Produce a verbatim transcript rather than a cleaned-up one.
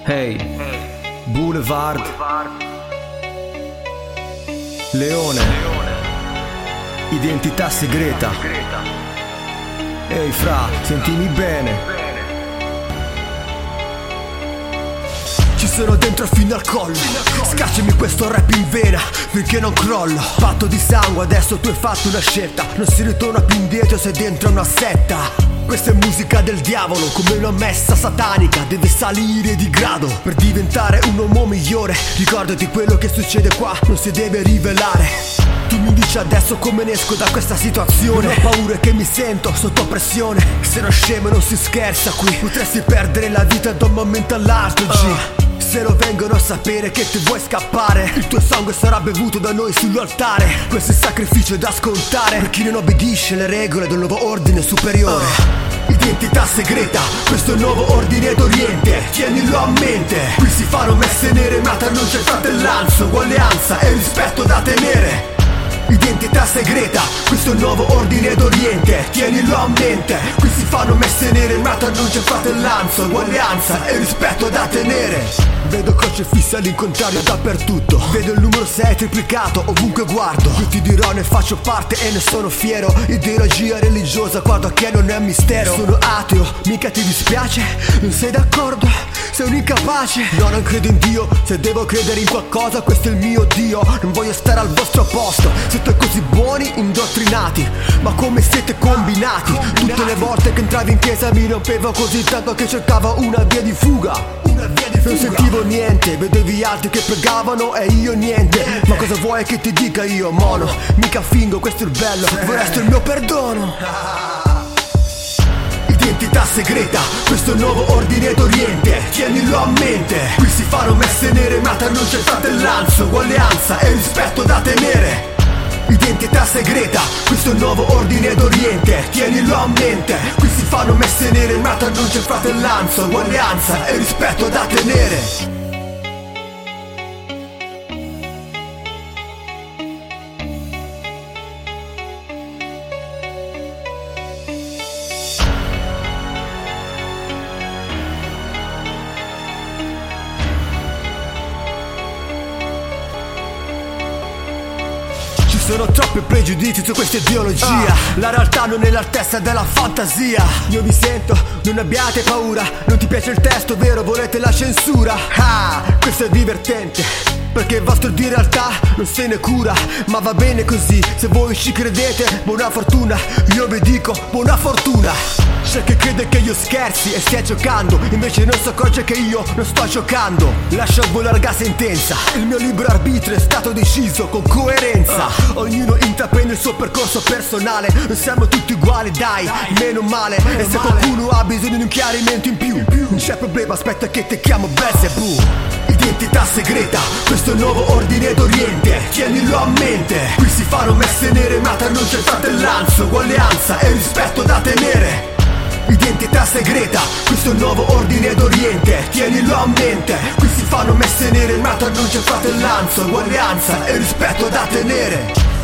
Hey, Boulevard, Leone, identità segreta. Ehi fra, sentimi bene. Ci sono dentro fino al collo, scacciami questo rap in vena finché non crollo. Fatto di sangue, adesso tu hai fatto una scelta, non si ritorna più indietro, sei dentro una setta. Questa è musica del diavolo, come una messa satanica. Devi salire di grado per diventare un uomo migliore. Ricordati, quello che succede qua non si deve rivelare. Tu mi dici adesso come ne esco da questa situazione. Ho paura che mi sento sotto pressione. Se non scemo non si scherza qui, potresti perdere la vita da un momento all'altro, G. uh. Se lo vengono a sapere che ti vuoi scappare, il tuo sangue sarà bevuto da noi sull'altare. Questo è il sacrificio da scontare per chi non obbedisce alle regole del nuovo ordine superiore. uh. Identità segreta, questo è il nuovo ordine d'Oriente, tienilo a mente. Qui si fanno messe nere ma tra non c'è fratellanza, uguaglianza e rispetto da tenere. Identità segreta, questo è il nuovo ordine d'Oriente, tienilo a mente. Qui si fanno messe nere ma tra non c'è fratellanza, uguaglianza e rispetto da tenere. Vedo croce fissa all'incontrario dappertutto, vedo il numero sei triplicato ovunque guardo. Io ti dirò, ne faccio parte e ne sono fiero. Ideologia religiosa, guarda che non è mistero. Sono ateo, mica ti dispiace? Non sei d'accordo? Sei un incapace? No, non credo in Dio, se devo credere in qualcosa questo è il mio Dio. Non voglio stare al vostro posto, siete così buoni, indottrinati. Ma come siete combinati? Tutte le volte che entravi in chiesa mi rompevo così tanto che cercavo una via di fuga. Non sentivo niente, vedevi altri che pregavano e io niente. Ma cosa vuoi che ti dica io, mono? Mica fingo, questo è il bello, vorresti il mio perdono. Identità segreta, questo è il nuovo ordine d'Oriente, tienilo a mente. Qui si fanno messe nere ma tra non c'è fratellanza, uguaglianza e rispetto da tenere. Identità segreta, questo è il nuovo ordine d'Oriente, tienilo a mente. Qui si fanno messe nere ma tra non c'è fratellanza, uguaglianza e rispetto da tenere. Ci sono troppi pregiudizi su questa ideologia. ah. La realtà non è l'altezza della fantasia. Io vi sento, non abbiate paura. Non ti piace il testo, vero? Volete la censura? Ah, questo è divertente, perché il vostro di realtà non se ne cura. Ma va bene così, se voi ci credete, buona fortuna. Io vi dico, buona fortuna. C'è chi crede che io scherzi e stia giocando, invece non si accorge che io non sto giocando. Lascio volare gas intensa, il mio libero arbitrio è stato deciso con coerenza. uh. Ognuno intraprende il suo percorso personale, non siamo tutti uguali, dai, meno male. Meno e se male. Qualcuno ha bisogno di un chiarimento in più, in più. Non c'è problema, aspetta che ti chiamo Belzebù. Identità segreta, questo è il nuovo ordine d'Oriente, tienilo a mente. Qui si fanno messe nere ma tra non c'è fratellanza, uguaglianza e rispetto da tenere. Identità segreta, questo è il nuovo ordine d'Oriente, tienilo a mente. Qui si fanno messe nere ma tra non c'è fratellanza, uguaglianza e rispetto da tenere.